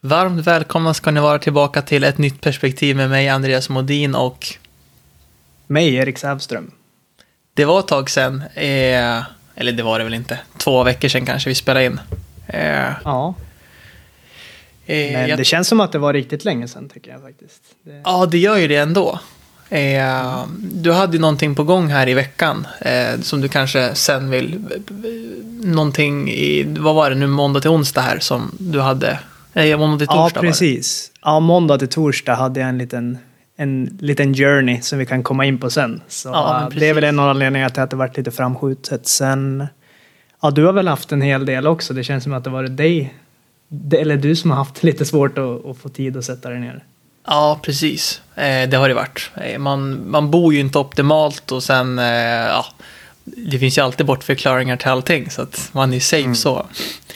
Varmt välkomna ska ni vara tillbaka till ett nytt perspektiv med mig, Andreas Modin, och mig, Erik Sävström. det var ett tag sedan, eller det var det väl inte, 2 veckor sedan kanske vi spelade in. Ja. Men det känns som att det var riktigt länge sedan, tycker jag faktiskt. Ja, det gör ju det ändå. Du hade ju någonting på gång här i veckan som du kanske sen vill... Någonting i... Vad var det nu, måndag till onsdag här som du hade... måndag till torsdag. Ja, precis. Ja, måndag till torsdag hade jag en liten journey som vi kan komma in på sen. Så ja, det är väl en av anledningarna till att det varit lite framskjutet. Sen... Ja, du har väl haft en hel del också. Det känns som att det var eller du som har haft lite svårt att få tid att sätta dig ner. Ja, precis. Det har det varit. Man bor ju inte optimalt och sen, det finns ju alltid bortförklaringar till allting så att man är safe så.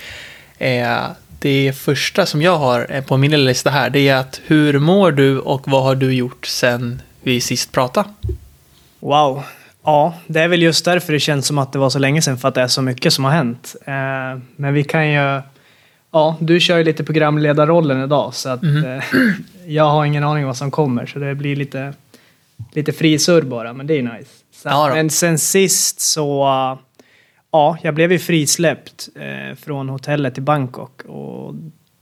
Det första som jag har på min lista här, det är att hur mår du och vad har du gjort sen vi sist pratade? Wow. Ja, det är väl just därför det känns som att det var så länge sedan, för att det är så mycket som har hänt. Men vi kan ju... Ja, du kör ju lite programledarrollen idag, så att jag har ingen aning vad som kommer, så det blir lite frisur bara, men det är nice. Så, men sen sist så, jag blev ju frisläppt från hotellet i Bangkok, och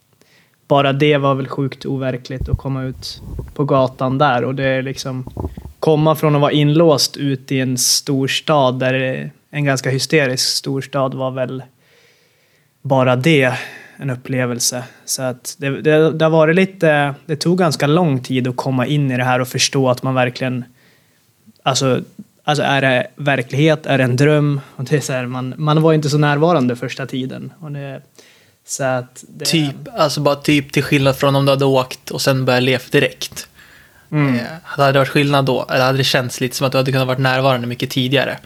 bara det var väl sjukt overkligt att komma ut på gatan där, och det är liksom komma från att vara inlåst ut i en storstad, där en ganska hysterisk storstad, var väl bara det en upplevelse. Så att det har varit lite... Det tog ganska lång tid att komma in i det här och förstå att man verkligen... Alltså är det verklighet? Är det en dröm? Och det är så här, man var inte så närvarande första tiden. Och det, så att det, bara till skillnad från om du hade åkt och sen börjat leva direkt. Hade det varit skillnad då? Eller hade det känts lite som att du hade kunnat varit närvarande mycket tidigare?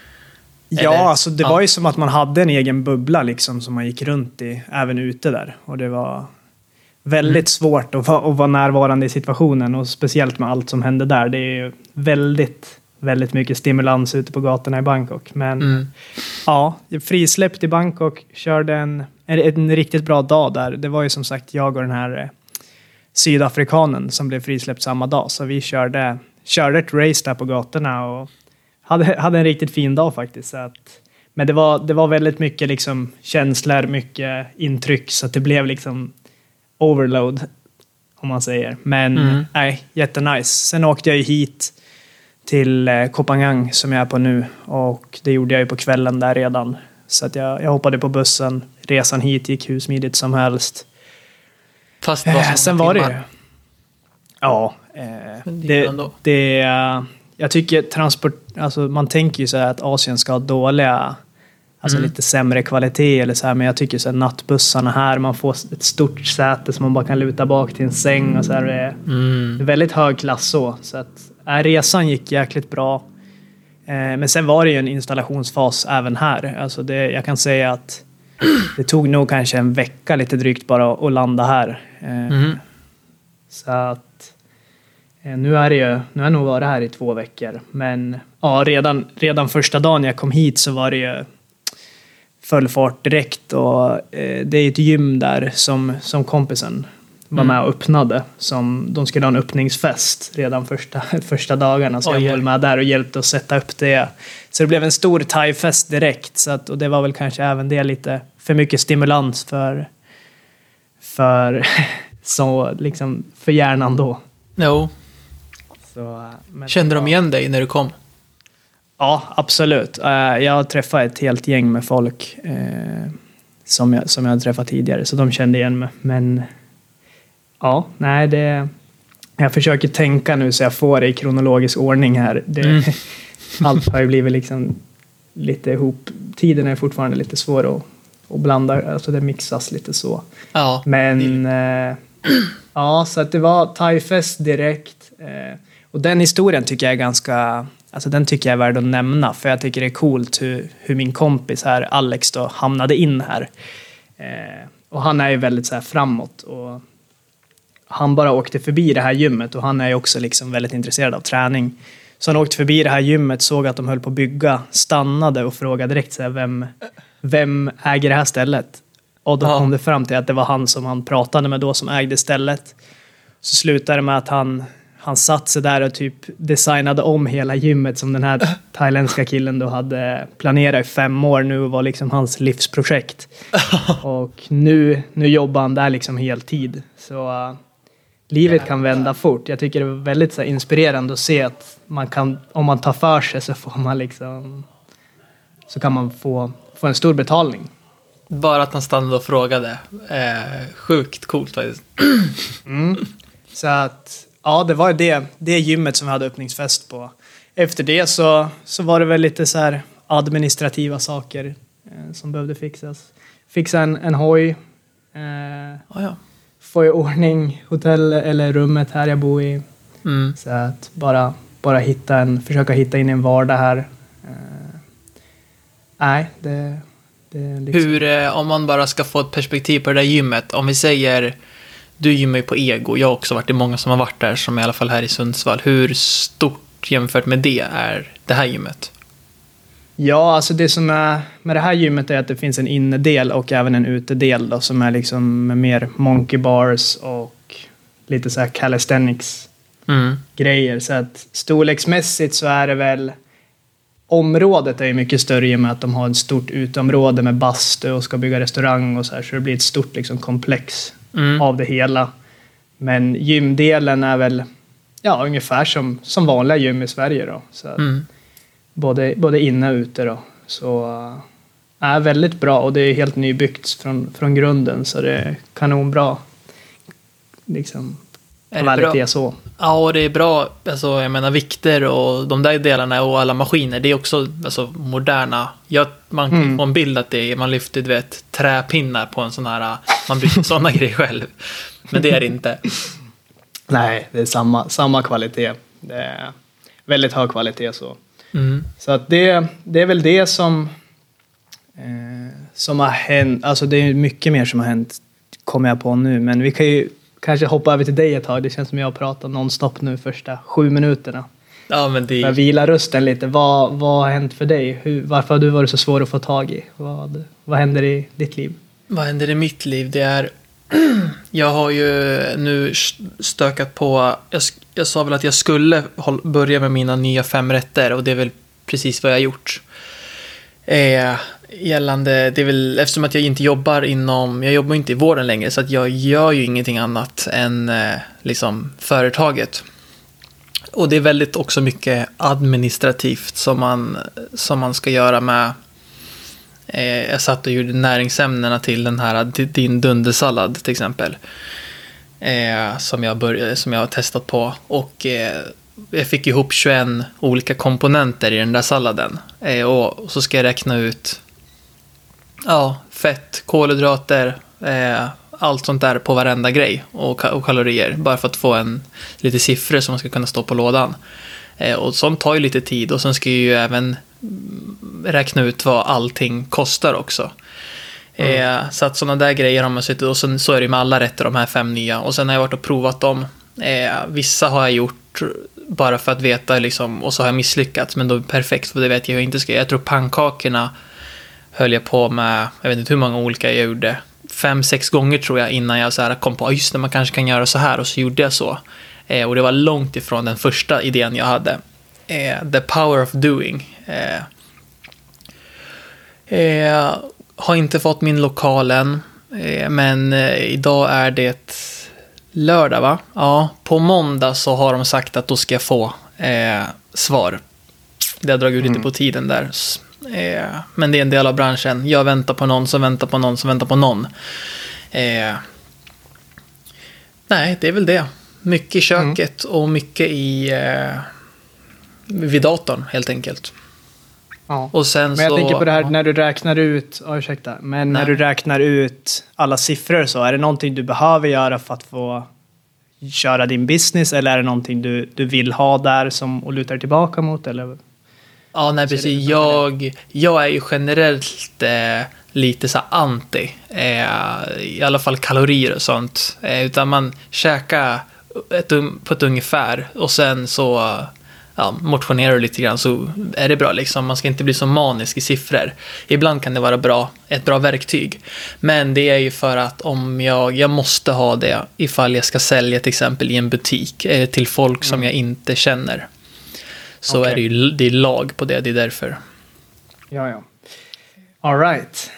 Ja, alltså det var ju som att man hade en egen bubbla liksom, som man gick runt i, även ute där. Och det var väldigt svårt att vara närvarande i situationen, och speciellt med allt som hände där. Det är ju väldigt, väldigt mycket stimulans ute på gatorna i Bangkok. Men frisläppt i Bangkok, körde en riktigt bra dag där. Det var ju som sagt jag och den här sydafrikanen som blev frisläppt samma dag. Så vi körde ett race där på gatorna och hade en riktigt fin dag faktiskt. Så att, men det var väldigt mycket liksom känslor, mycket intryck, så att det blev liksom overload, om man säger. Men jättenice. Sen åkte jag ju hit till Koh Phangan som jag är på nu, och det gjorde jag ju på kvällen där redan. Så att jag hoppade på bussen. Resan hit gick hur smidigt som helst. Fast det var sen var det ju... jag tycker alltså man tänker ju så här att Asien ska ha dåliga, alltså lite sämre kvalitet eller så här, men jag tycker så här, nattbussarna här, man får ett stort säte som man bara kan luta bak till en säng och så här, det är väldigt hög klass så att resan gick jäkligt bra. Men sen var det ju en installationsfas även här. Alltså jag kan säga att det tog nog kanske en vecka lite drygt bara att landa här. Så att nu har jag nog varit här i 2 veckor. Men ja, redan första dagen jag kom hit så var det ju full fart direkt. Och det är ett gym där som kompisen var med och öppnade. De skulle ha en öppningsfest redan första dagarna. Så jag var med där och hjälpte att sätta upp det. Så det blev en stor thai-fest direkt. Och det var väl kanske även det lite för mycket stimulans för så liksom för hjärnan då. Jo. Så, kände de igen dig när du kom? Ja, absolut. Jag träffade ett helt gäng med folk som jag hade träffat tidigare, så de kände igen mig. Men ja, nej, jag försöker tänka nu så jag får det i kronologisk ordning här. Allt har ju blivit liksom lite ihop. Tiden är fortfarande lite svår att blanda, alltså det mixas lite så. Ja, men så att det var thai-fest direkt. Och den historien tycker jag är ganska... Alltså den tycker jag är värd att nämna. För jag tycker det är coolt hur min kompis här, Alex, då hamnade in här. Och han är ju väldigt så här framåt. Och han bara åkte förbi det här gymmet. Och han är ju också liksom väldigt intresserad av träning. Så han åkte förbi det här gymmet, såg att de höll på att bygga, stannade och frågade direkt så här, vem äger det här stället? Och då kom det fram till att det var han som han pratade med då som ägde stället. Så slutade det med att han satt sig där och typ designade om hela gymmet som den här thailändska killen då hade planerat i 5 år nu och var liksom hans livsprojekt. Och nu jobbar han där liksom heltid. Så livet kan vända fort. Jag tycker det var väldigt så här, inspirerande att se att man kan, om man tar för sig så får man liksom, så kan man få en stor betalning. Bara att han stannade och frågade. Sjukt coolt faktiskt. Så att ja, det var det gymmet som vi hade öppningsfest på. Efter det så var det väl lite så här administrativa saker som behövde fixas. Fixa en hoj. Få i ordning hotell eller rummet här jag bor i. Så att bara försöka hitta in i en vardag här. Nej, det liksom. Hur, om man bara ska få ett perspektiv på det där gymmet. Om vi säger, du gymmar ju på Ego. Jag har också varit i många som har varit där, som i alla fall här i Sundsvall. Hur stort jämfört med det är det här gymmet? Ja, alltså det som är med det här gymmet är att det finns en innedel och även en utedel då, som är liksom med mer monkey bars och lite så här calisthenics grejer. Så att storleksmässigt så är det väl, området är ju mycket större i och med att de har ett stort utområde med bastu och ska bygga restaurang och så här, så det blir ett stort liksom komplex av det hela. Men gymdelen är väl ungefär som vanliga gym i Sverige då. Så att både inne och ute då. Så är väldigt bra och det är helt nybyggt från grunden, så det är kanonbra liksom kvalitet så. Ja, och det är bra, alltså jag menar vikter och de där delarna och alla maskiner, det är också alltså moderna. Man kan få en bild att man lyfter, du vet, träpinnar på en sån här, man bygger såna grejer själv. Men det är det inte. Nej, det är samma kvalitet. Det är väldigt hög kvalitet så. Så att det är väl det som har hänt. Alltså det är mycket mer som har hänt, kommer jag på nu. Men vi kan ju kanske hoppa över till dig ett tag. Det känns som jag pratar nonstop nu första 7 minuterna. Ja, men jag vilar rösten lite. Vad har hänt för dig? Varför har du varit så svår att få tag i? Vad händer i ditt liv? Vad händer i mitt liv? Det är jag har ju nu stökat på. Jag sa väl att jag skulle börja med mina nya 5 rätter, och det är väl precis vad jag har gjort. Gällande, det är väl eftersom att jag inte jobbar jag jobbar inte i vården längre, så att jag gör ju ingenting annat än liksom företaget. Och det är väldigt också mycket administrativt som man ska göra med. Jag satt och gjorde näringsämnena till den här din dundersallad till exempel, som jag har testat på, och jag fick ihop 21 olika komponenter i den där salladen, och så ska jag räkna ut fett, kolhydrater, allt sånt där på varenda grej och kalorier, bara för att få lite siffror som man ska kunna stå på lådan. Och sånt tar ju lite tid, och sen ska jag ju även räkna ut vad allting kostar också. Så att sådana där grejer har man suttit, och sen så är det med alla rätter, de här 5 nya, och sen har jag varit och provat dem. Vissa har jag gjort bara för att veta liksom, och så har jag misslyckats, men då är det perfekt, för det vet jag inte ska. Jag tror pannkakorna höll jag på med, jag vet inte hur många olika jag gjorde, 5-6 gånger tror jag, innan jag så här kom på just det, man kanske kan göra så här, och så gjorde jag så. Och det var långt ifrån den första idén jag hade. The power of doing. Har inte fått min lokal än, men idag är det lördag, va? Ja, på måndag så har de sagt att då ska jag få svar. Det har dragit lite på tiden där. Men det är en del av branschen. Jag väntar på någon som väntar på någon som väntar på någon. Nej, det är väl det. Mycket i köket och mycket vid datorn helt enkelt. Ja. Och sen men jag tänker på det här när du räknar ut, när du räknar ut alla siffror, så är det någonting du behöver göra för att få köra din business, eller är det någonting du vill ha där som och lutar tillbaka mot, eller? Ja, nej precis. Jag är ju generellt lite så anti, i alla fall kalorier och sånt, utan man käkar på ett ungefär, och sen så motionerar du lite grann så är det bra liksom. Man ska inte bli så manisk i siffror. Ibland kan det vara ett bra verktyg. Men det är ju för att om jag måste ha det ifall jag ska sälja till exempel i en butik till folk som jag inte känner. Så är det är lag på det är därför. Ja. All right.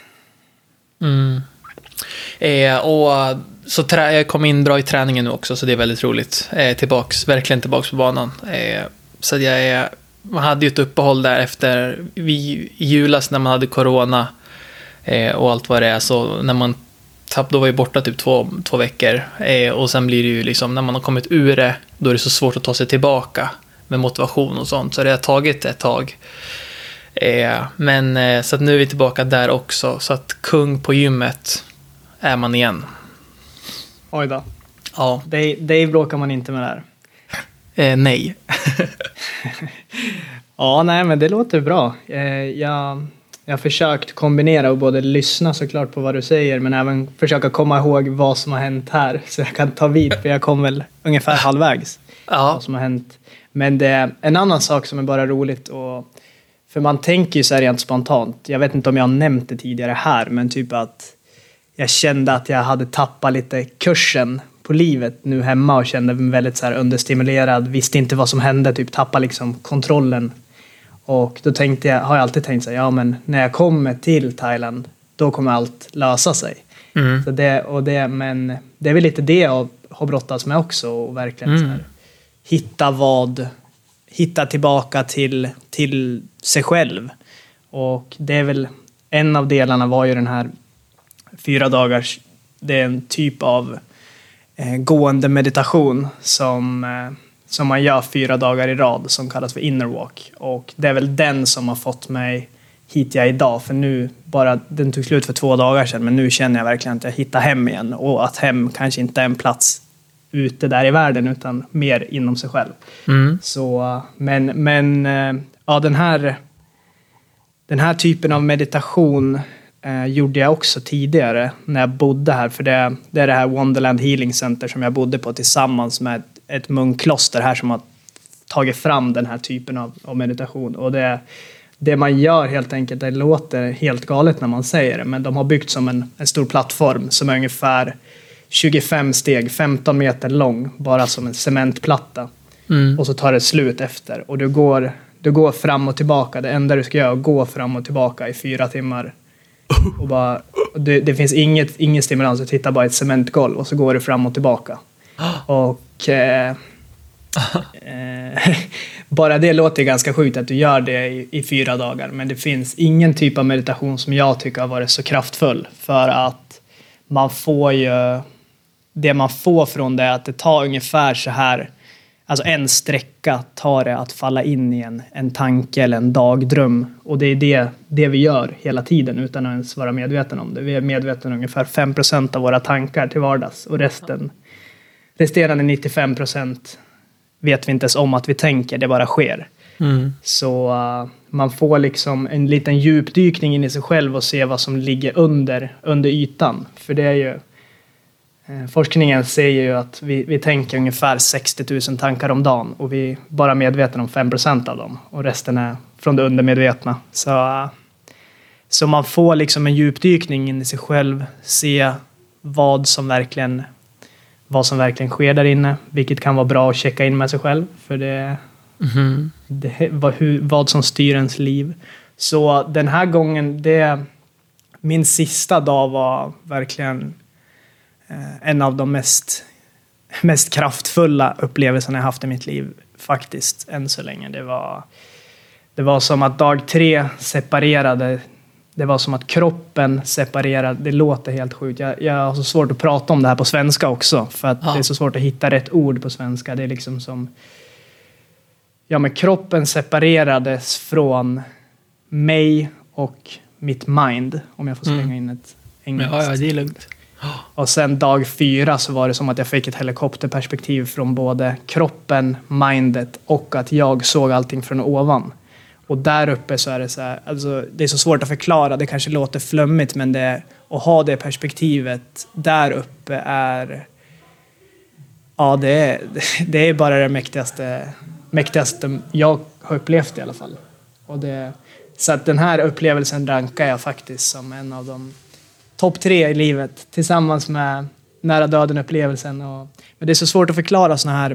Och så jag kom in bra i träningen nu också, så det är väldigt roligt. Verkligen tillbaks på banan. Så man hade ju ett uppehåll där efter i julas när man hade corona och allt vad det är. Så när man då var jag borta typ två veckor. Och sen blir det ju liksom, när man har kommit ur det, då är det så svårt att ta sig tillbaka med motivation och sånt. Så det har tagit ett tag. Men så att nu är vi tillbaka där också. Så att kung på gymmet är man igen. Oj då. Ja. Dave bråkar man inte med där. Nej. Ja, nej, men det låter bra. Jag har försökt kombinera och både lyssna såklart på vad du säger, men även försöka komma ihåg vad som har hänt här. Så jag kan ta vid, för jag kom väl ungefär halvvägs. Vad som har hänt. Men det är en annan sak som är bara roligt. För man tänker ju så här rent spontant. Jag vet inte om jag har nämnt det tidigare här, men typ att jag kände att jag hade tappat lite kursen på livet nu hemma och kände mig väldigt så här understimulerad. Visste inte vad som hände, typ tappade liksom kontrollen. Och då har jag alltid tänkt så här, ja men när jag kommer till Thailand, då kommer allt lösa sig. Så men det är väl lite det jag har brottats med också, och verkligen så här, hitta tillbaka till sig själv. Och det är väl en av delarna var ju den här 4 dagars, det är en typ av gående meditation som man gör 4 dagar i rad, som kallas för inner walk. Och det är väl den som har fått mig hit jag är idag. För nu, den tog slut för 2 dagar sedan, men nu känner jag verkligen att jag hittar hem igen. Och att hem kanske inte är en plats ute där i världen, utan mer inom sig själv. Så, men den här typen av meditation gjorde jag också tidigare när jag bodde här. För det är det här Wonderland Healing Center som jag bodde på tillsammans med ett munkkloster här som har tagit fram den här typen av meditation. Och det man gör helt enkelt, det låter helt galet när man säger det, men de har byggt som en stor plattform som är ungefär 25 steg, 15 meter lång, bara som en cementplatta. Och så tar det slut efter. Och du går fram och tillbaka. Det enda du ska göra är att gå fram och tillbaka i 4 timmar. Och bara, det finns ingen stimulans. Du tittar bara ett cementgolv och så går du fram och tillbaka. Och bara det låter ganska sjukt att du gör det i 4 dagar. Men det finns ingen typ av meditation som jag tycker har varit så kraftfull. För att man får ju, det man får från det är att det tar ungefär så här, alltså en sträcka tar det att falla in i en tanke eller en dagdröm. Och det är det vi gör hela tiden utan att ens vara medveten om det. Vi är medvetna om ungefär 5% av våra tankar till vardags. Och resterande 95% vet vi inte ens om att vi tänker, det bara sker. Så man får liksom en liten djupdykning in i sig själv och se vad som ligger under ytan. För det är ju, forskningen säger ju att vi tänker ungefär 60 000 tankar om dagen och vi är bara medvetna om 5% av dem. Och resten är från det undermedvetna. Så man får liksom en djupdykning in i sig själv, se vad som verkligen sker där inne, vilket kan vara bra att checka in med sig själv, för vad som styr ens liv. Så den här gången, min sista dag var verkligen en av de mest kraftfulla upplevelserna jag haft i mitt liv faktiskt, än så länge. Det var som att dag 3 separerade. Det var som att kroppen separerade. Det låter helt sjukt. Jag har så svårt att prata om det här på svenska också. För att det är så svårt att hitta rätt ord på svenska. Det är liksom som, ja, men kroppen separerades från mig och mitt mind. Om jag får slänga in ett engelskt. Ja, det är lugnt. Och sen dag 4 så var det som att jag fick ett helikopterperspektiv från både kroppen, mindet och att jag såg allting från ovan. Och där uppe så är det så här, alltså det är så svårt att förklara, det kanske låter flummigt, men att ha det perspektivet där uppe är, ja, det är bara det mäktigaste mäktigaste jag har upplevt i alla fall. Så att den här upplevelsen rankar jag faktiskt som en av de topp 3 i livet. Tillsammans med nära döden-upplevelsen. Men det är så svårt att förklara såna här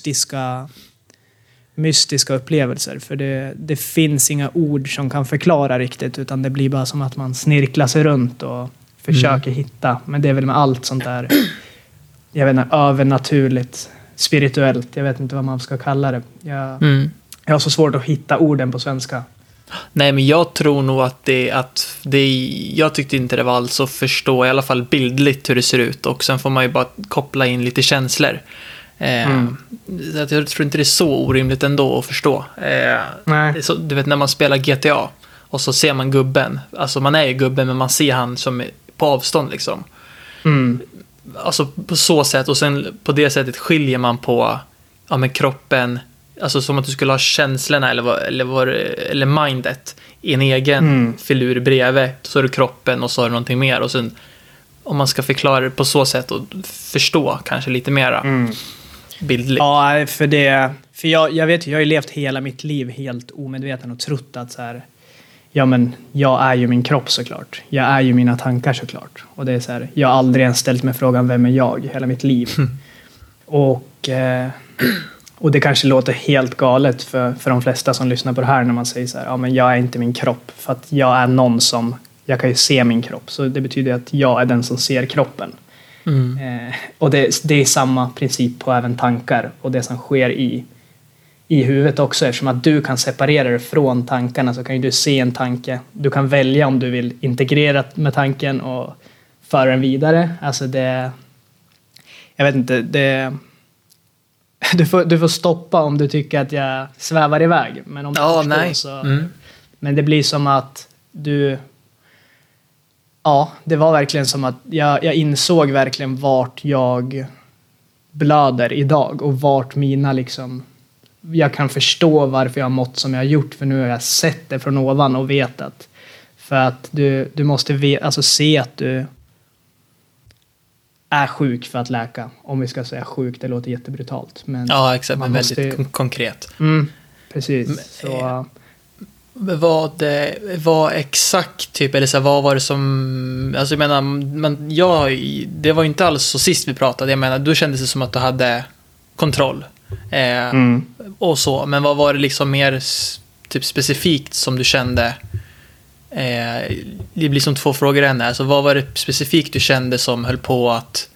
mystiska upplevelser. För det finns inga ord som kan förklara riktigt. Utan det blir bara som att man snirklar sig runt och försöker hitta. Men det är väl med allt sånt där, jag vet inte, övernaturligt, spirituellt. Jag vet inte vad man ska kalla det. Jag har så svårt att hitta orden på svenska. Nej, men jag tror nog att jag tyckte inte det var alls att förstå, i alla fall bildligt, hur det ser ut. Och sen får man ju bara koppla in lite känslor. Så att jag tror inte det är så orimligt ändå att förstå. Nej. Det är så, du vet, när man spelar GTA och så ser man gubben. Alltså man är ju gubben, men man ser han som är på avstånd liksom. Alltså på så sätt. Och sen på det sättet skiljer man på med kroppen. Alltså som att du skulle ha känslorna eller mindet i en egen filur bredvid. Så har du kroppen och så har du någonting mer. Och sen om man ska förklara det på så sätt och förstå kanske lite mera bildligt. Ja, för jag vet ju, jag har ju levt hela mitt liv helt omedveten och trott att så här, ja men jag är ju min kropp såklart. Jag är ju mina tankar såklart. Och det är så här, jag har aldrig ens ställt mig frågan vem är jag hela mitt liv. Och det kanske låter helt galet för de flesta som lyssnar på det här när man säger så här, ja men jag är inte min kropp. För att jag är någon som, jag kan ju se min kropp. Så det betyder att jag är den som ser kroppen. Och det är samma princip på även tankar. Och det som sker i huvudet också. Eftersom att du kan separera det från tankarna så kan ju du se en tanke. Du kan välja om du vill integrera med tanken och föra den vidare. Alltså jag vet inte, du får stoppa om du tycker att jag svävar iväg. Men om du förstår så... Men det blir som att du... Ja, det var verkligen som att jag insåg verkligen vart jag blöder idag. Och vart mina liksom... Jag kan förstå varför jag har mått som jag har gjort. För nu har jag sett det från ovan och vet att... För att du måste se att du är sjuk för att läka. Om vi ska säga sjuk, det låter jättebrutalt. Men ja, exakt, men väldigt konkret. Precis. Så... Vad exakt typ, eller så här, vad var det som, alltså jag menar, det var ju inte alls så sist vi pratade, jag menar, då kändes det som att du hade kontroll och så, men vad var det liksom mer typ specifikt som du kände, det blir som 2 frågor än här, så vad var det specifikt du kände som höll på att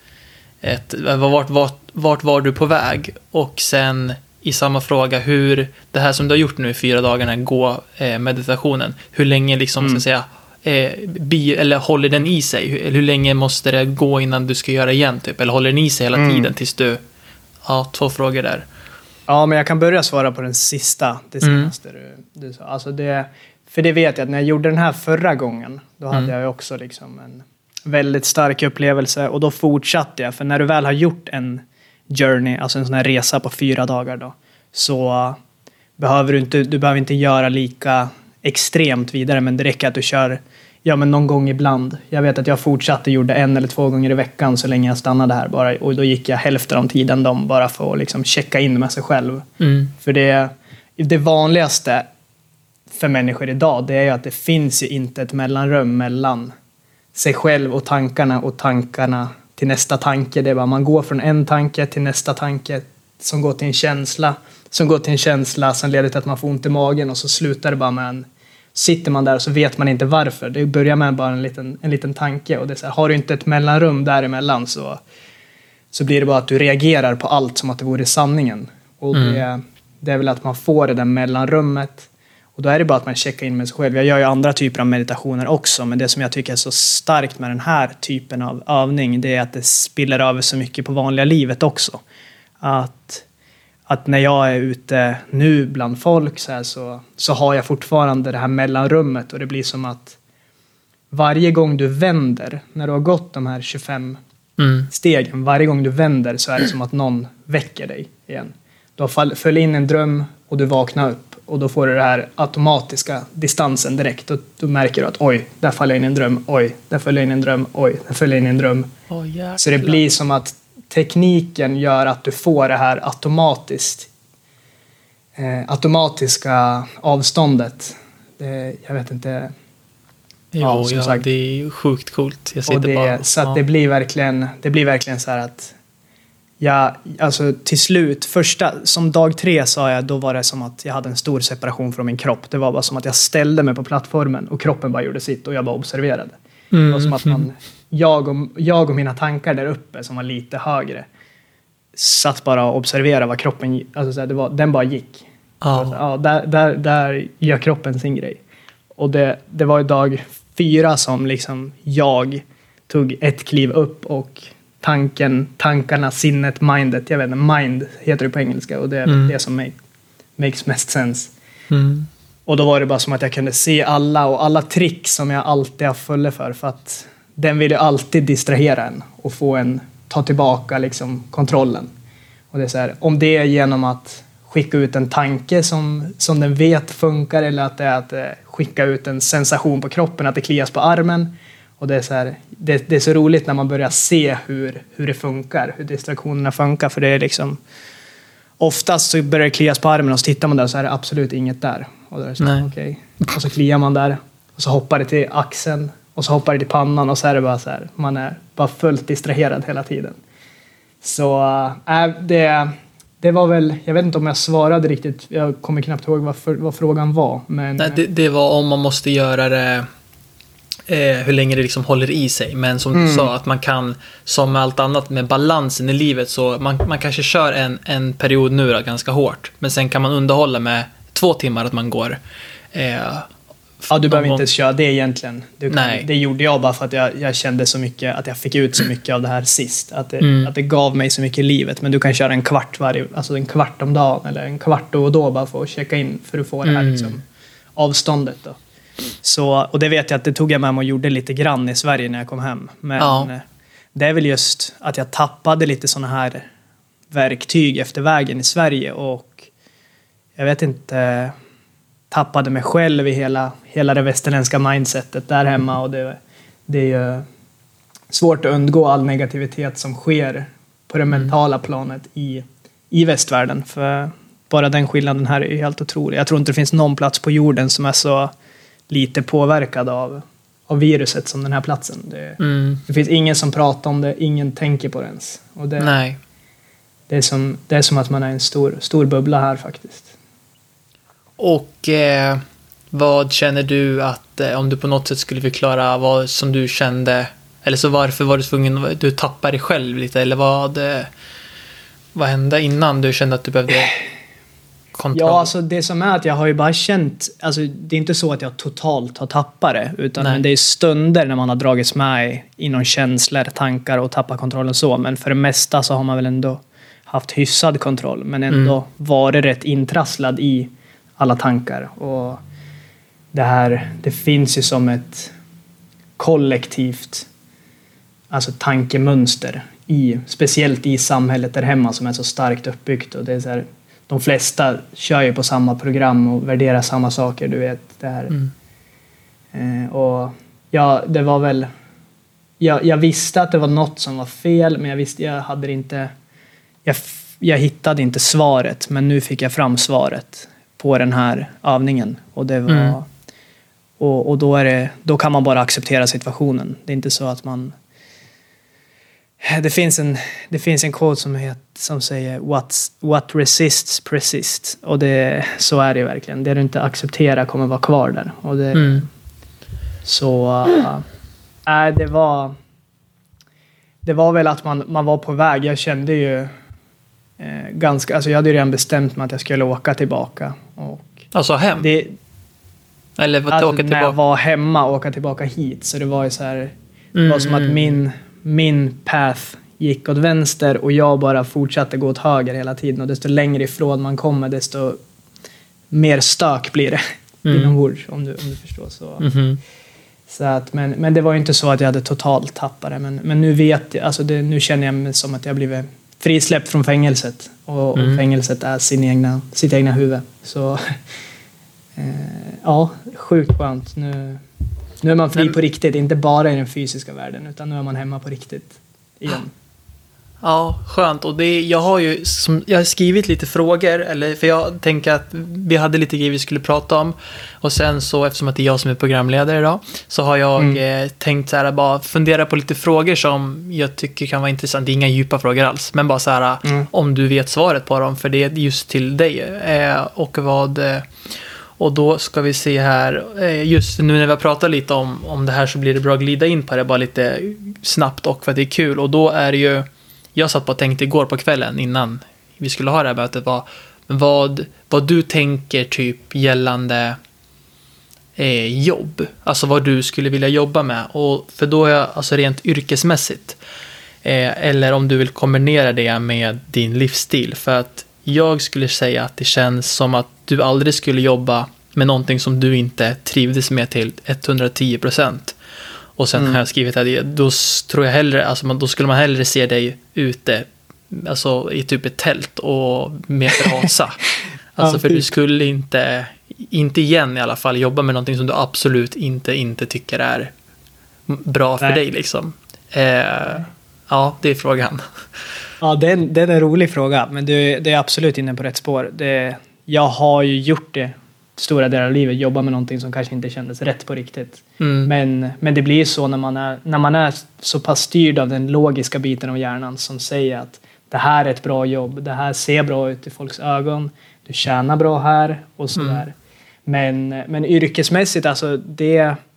vart var du på väg, och sen i samma fråga, hur det här som du har gjort nu i 4 dagar, gå meditationen, hur länge liksom ska säga eller håller den i sig, hur länge måste det gå innan du ska göra igen typ, eller håller den i sig hela tiden tills du 2 frågor där. Ja, men jag kan börja svara på den sista, det senaste du sa. Alltså för det vet jag att när jag gjorde den här förra gången, då hade jag ju också liksom en väldigt stark upplevelse, och då fortsatte jag, för när du väl har gjort en journey, alltså en sån här resa på 4 dagar då, så behöver du behöver inte göra lika extremt vidare, men det räcker att du kör men någon gång ibland. Jag vet att jag fortsatte, gjorde 1 eller 2 gånger i veckan så länge jag stannade här bara, och då gick jag hälften av tiden bara för att liksom checka in med sig själv. För det vanligaste för människor idag, det är ju att det finns ju inte ett mellanrum mellan sig själv och tankarna till nästa tanke. Det är bara man går från en tanke till nästa tanke som går till en känsla, som leder till att man får ont i magen, och så slutar det bara med sitter man där och så vet man inte varför. Det börjar med bara en liten tanke, och det är så här, har du inte ett mellanrum däremellan så blir det bara att du reagerar på allt som att det vore sanningen. Och det är väl att man får det där mellanrummet. Och då är det bara att man checkar in med sig själv. Jag gör ju andra typer av meditationer också. Men det som jag tycker är så starkt med den här typen av övning, det är att det spiller över så mycket på vanliga livet också. Att när jag är ute nu bland folk så har jag fortfarande det här mellanrummet. Och det blir som att varje gång du vänder, när du har gått de här 25 stegen, varje gång du vänder så är det som att någon väcker dig igen. Du har föll in en dröm och du vaknar upp. Och då får du det här automatiska distansen direkt. Och då märker du att oj, där faller jag in en dröm. Oj, där faller jag in en dröm. Oj, där faller jag in en dröm. Så det blir som att tekniken gör att du får det här automatiskt automatiska avståndet. Jag vet inte. Jo, som sagt. Det är sjukt coolt. Jag sitter bara. Så att det blir verkligen så här att alltså till slut, som dag 3 sa jag, då var det som att jag hade en stor separation från min kropp. Det var bara som att jag ställde mig på plattformen och kroppen bara gjorde sitt och jag bara observerade. Det var som att jag och mina tankar där uppe som var lite högre satt bara och observerade vad kroppen, alltså så här, den bara gick. Där gör kroppen sin grej. Och det var ju dag 4 som liksom jag tog ett kliv upp och tankarna, sinnet, mindet, jag vet inte, mind heter det på engelska och det är det som makes mest sense. Och då var det bara som att jag kunde se alla trick som jag alltid har följt för att den vill ju alltid distrahera en och få en ta tillbaka liksom kontrollen. Och det är så här, om det är genom att skicka ut en tanke som den vet funkar, eller att det är att skicka ut en sensation på kroppen, att det klias på armen. Och det är så här, det är så roligt när man börjar se hur det funkar, hur distraktionerna funkar, för det är liksom oftast så börjar det klias på armen och så tittar man där så är det absolut inget där. Och då är det så här, okej. Och så kliar man där och så hoppar det till axeln och så hoppar det till pannan och så är det bara så här, man är bara fullt distraherad hela tiden. Så det var väl, jag vet inte om jag svarade riktigt, jag kommer knappt ihåg vad frågan var. Men nej, det var om man måste göra det, hur länge det liksom håller i sig. Men som du sa, att man kan, som med allt annat med balansen i livet, så man kanske kör en period nu då, ganska hårt. Men sen kan man underhålla med 2 timmar att man går. Du behöver inte köra det egentligen. Det gjorde jag bara för att jag kände så mycket, att jag fick ut så mycket av det här sist. Att det gav mig så mycket i livet. Men du kan köra en kvart om dagen eller en kvart då och då bara för att checka in, för att få det här liksom, avståndet då. Så, och det vet jag att det tog jag med mig och gjorde lite grann i Sverige när jag kom hem. Men det är väl just att jag tappade lite såna här verktyg efter vägen i Sverige, och jag vet inte, tappade mig själv i hela det västerländska mindsetet där hemma, och det är ju svårt att undgå all negativitet som sker på det mentala planet i västvärlden, för bara den skillnaden här är helt otrolig. Jag tror inte det finns någon plats på jorden som är så lite påverkad av viruset som den här platsen. Det finns ingen som pratar om det, ingen tänker på det ens. Och nej. Det är som att man är en stor bubbla här faktiskt. Och vad känner du att, om du på något sätt skulle förklara vad som du kände, eller så varför var du tvungen, du tappade dig själv lite, eller vad hände innan du kände att du behövde kontroll? Ja, alltså det som är att jag har ju bara känt, alltså det är inte så att jag totalt har tappat det, utan det är stunder när man har dragits med i någon känslor, tankar och tappat kontrollen så, men för det mesta så har man väl ändå haft hyfsad kontroll, men ändå varit rätt intrasslad i alla tankar. Och det finns ju som ett kollektivt, alltså tankemönster speciellt i samhället där hemma som är så starkt uppbyggt, och det är så här, de flesta kör ju på samma program och värderar samma saker, du vet det här. Och ja, det var väl, jag visste att det var något som var fel, men jag hittade inte svaret, men nu fick jag fram svaret på den här övningen, och det var och då kan man bara acceptera situationen. Det är inte så att man, det finns en quote som säger what resists persists, och så är det verkligen. Det du inte accepterar kommer vara kvar där, och så det var väl att man var på väg. Jag kände ju alltså jag hade ju redan bestämt mig att jag skulle åka tillbaka, och alltså hem? Eller åka tillbaka? När jag var hemma och åka tillbaka hit, så det var ju så här, det var som att min path gick åt vänster och jag bara fortsatte gå åt höger hela tiden, och desto längre ifrån man kommer, desto mer stök blir det inombords, om du förstår så. Så att, men det var ju inte så att jag hade totalt tappat det, men nu vet jag, alltså nu känner jag mig som att jag blivit frisläppt från fängelset, och fängelset är sitt egna huvud. Så ja, sjukt skönt. Nu är man fri på riktigt, inte bara i den fysiska världen, utan nu är man hemma på riktigt igen. Ja, skönt. Och jag har skrivit lite frågor, för jag tänker att vi hade lite grejer vi skulle prata om. Och sen så, eftersom att det är jag som är programledare idag, så har jag tänkt så här, bara fundera på lite frågor som jag tycker kan vara intressant. Det är inga djupa frågor alls, men bara så här, om du vet svaret på dem, för det är just till dig. Och då ska vi se här, just nu när vi pratar lite om det här, så blir det bra att glida in på det bara lite snabbt, och för att det är kul. Och då är det ju, jag satt på och tänkte igår på kvällen innan vi skulle ha det här mötet, vad du tänker typ gällande jobb. Alltså vad du skulle vilja jobba med. Och för då är jag alltså rent yrkesmässigt. Eller om du vill kombinera det med din livsstil. För att jag skulle säga att det känns som att du aldrig skulle jobba med någonting som du inte trivdes med till 110%. Och sen har jag skrivit att då tror jag hellre, alltså då skulle man hellre se dig ute, alltså i typ ett tält och med brasa. Alltså för du skulle inte igen i alla fall jobba med någonting som du absolut inte tycker är bra för dig liksom. Ja, det är frågan. Ja, det är en rolig fråga, men det är absolut inne på rätt spår. Jag har ju gjort det stora delar av livet, jobba med någonting som kanske inte kändes rätt på riktigt. Men det blir så när man är så pass styrd av den logiska biten av hjärnan som säger att det här är ett bra jobb, det här ser bra ut i folks ögon, du tjänar bra här och sådär. Men yrkesmässigt, alltså det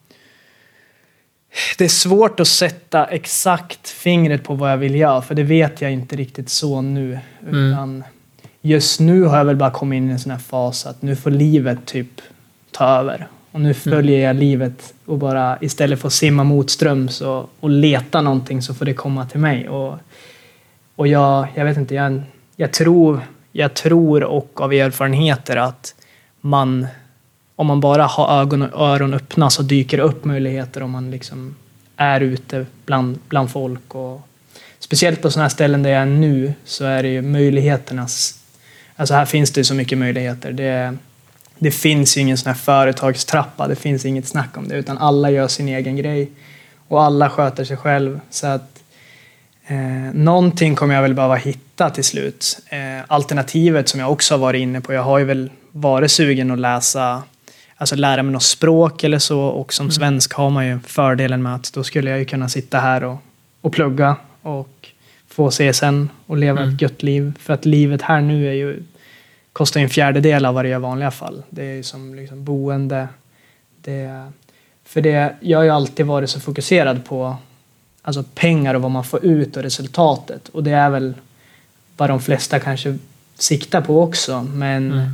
är svårt att sätta exakt fingret på vad jag vill göra, för det vet jag inte riktigt så nu. Utan just nu har jag väl bara kommit in i en sån här fas att nu får livet typ ta över. Och nu följer jag livet och bara istället för att simma motströms och leta någonting, så får det komma till mig. Och jag vet inte, jag tror och av erfarenheter att om man bara har ögon och öron öppna, så dyker det upp möjligheter om man liksom är ute bland folk. Och speciellt på sådana här ställen där jag är nu, så är det ju möjligheternas... Alltså här finns det så mycket möjligheter. Det finns ju ingen sån här företagstrappa, det finns inget snack om det, utan alla gör sin egen grej och alla sköter sig själv. Så att någonting kommer jag väl behöva hitta till slut. Alternativet som jag också har varit inne på, jag har ju väl varit sugen att lära mig något språk eller så, och som svensk har man ju fördelen med att då skulle jag ju kunna sitta här och plugga och få CSN och leva ett gött liv. För att livet här nu kostar en fjärdedel av vad det gör i vanliga fall. Det är som liksom boende. Jag har ju alltid varit så fokuserad på alltså pengar och vad man får ut och resultatet. Och det är väl vad de flesta kanske siktar på också. Men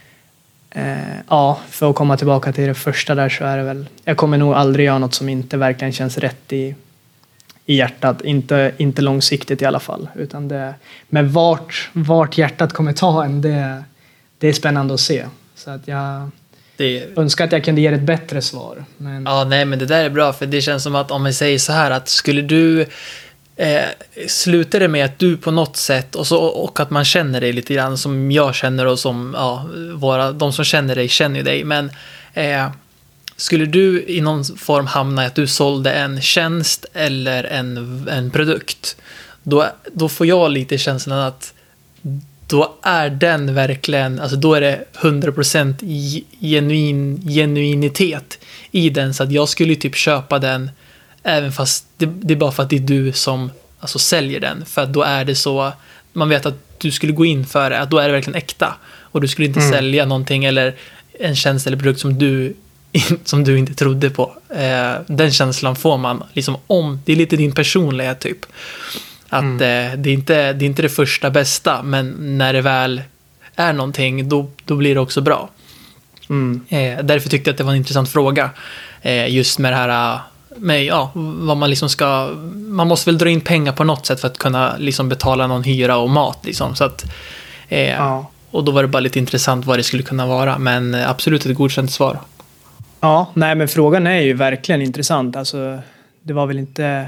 för att komma tillbaka till det första där, så är det väl... Jag kommer nog aldrig göra något som inte verkligen känns rätt i hjärtat. Inte långsiktigt i alla fall. Men vart hjärtat kommer ta en, det är spännande att se. Så att jag önskar att jag kunde ge ett bättre svar. Men... Ja, nej, men det där är bra, för det känns som att om vi säger så här, att skulle du sluta det med att du på något sätt och att man känner dig lite grann som jag känner, och som de som känner dig känner ju dig, men skulle du i någon form hamna i att du sålde en tjänst eller en produkt, då får jag lite känslan att då är den verkligen, alltså då är det 100% genuinitet i den, så att jag skulle typ köpa den även fast det är bara för att det är du som alltså säljer den, för att då är det så, man vet att du skulle gå in för det, att då är det verkligen äkta, och du skulle inte sälja någonting eller en tjänst eller produkt som du inte trodde på. Den känslan får man liksom, om det är lite din personlighet typ, att det är inte det första bästa, men när det väl är någonting, då blir det också bra. Därför tyckte jag att det var en intressant fråga, just med det här med vad man liksom man måste väl dra in pengar på något sätt för att kunna liksom betala någon hyra och mat liksom, så att och då var det bara lite intressant vad det skulle kunna vara, men absolut ett godkänt svar. Ja, nej, men frågan är ju verkligen intressant. Alltså, det var väl inte